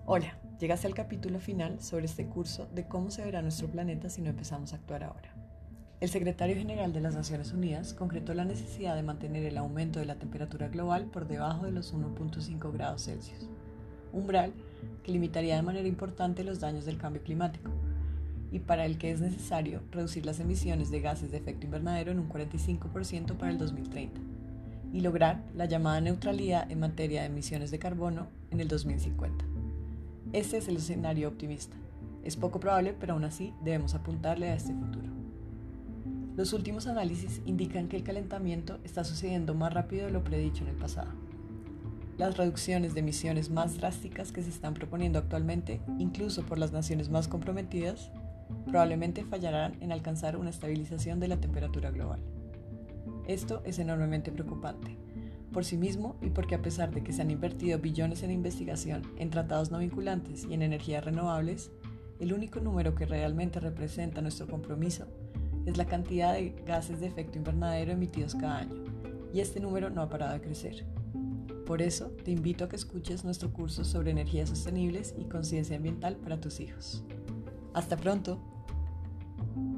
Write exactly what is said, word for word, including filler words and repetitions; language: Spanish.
Hola, llegaste al capítulo final sobre este curso de cómo se verá nuestro planeta si no empezamos a actuar ahora. El secretario general de las Naciones Unidas concretó la necesidad de mantener el aumento de la temperatura global por debajo de los uno punto cinco grados Celsius, umbral que limitaría de manera importante los daños del cambio climático, y para el que es necesario reducir las emisiones de gases de efecto invernadero en un cuarenta y cinco por ciento para el dos mil treinta y lograr la llamada neutralidad en materia de emisiones de carbono en el dos mil cincuenta. Este es el escenario optimista. Es poco probable, pero aún así debemos apuntarle a este futuro. Los últimos análisis indican que el calentamiento está sucediendo más rápido de lo predicho en el pasado. Las reducciones de emisiones más drásticas que se están proponiendo actualmente, incluso por las naciones más comprometidas, probablemente fallarán en alcanzar una estabilización de la temperatura global. Esto es enormemente preocupante, por sí mismo y porque a pesar de que se han invertido billones en investigación, en tratados no vinculantes y en energías renovables, el único número que realmente representa nuestro compromiso es la cantidad de gases de efecto invernadero emitidos cada año, y este número no ha parado de crecer. Por eso, te invito a que escuches nuestro curso sobre energías sostenibles y conciencia ambiental para tus hijos. ¡Hasta pronto!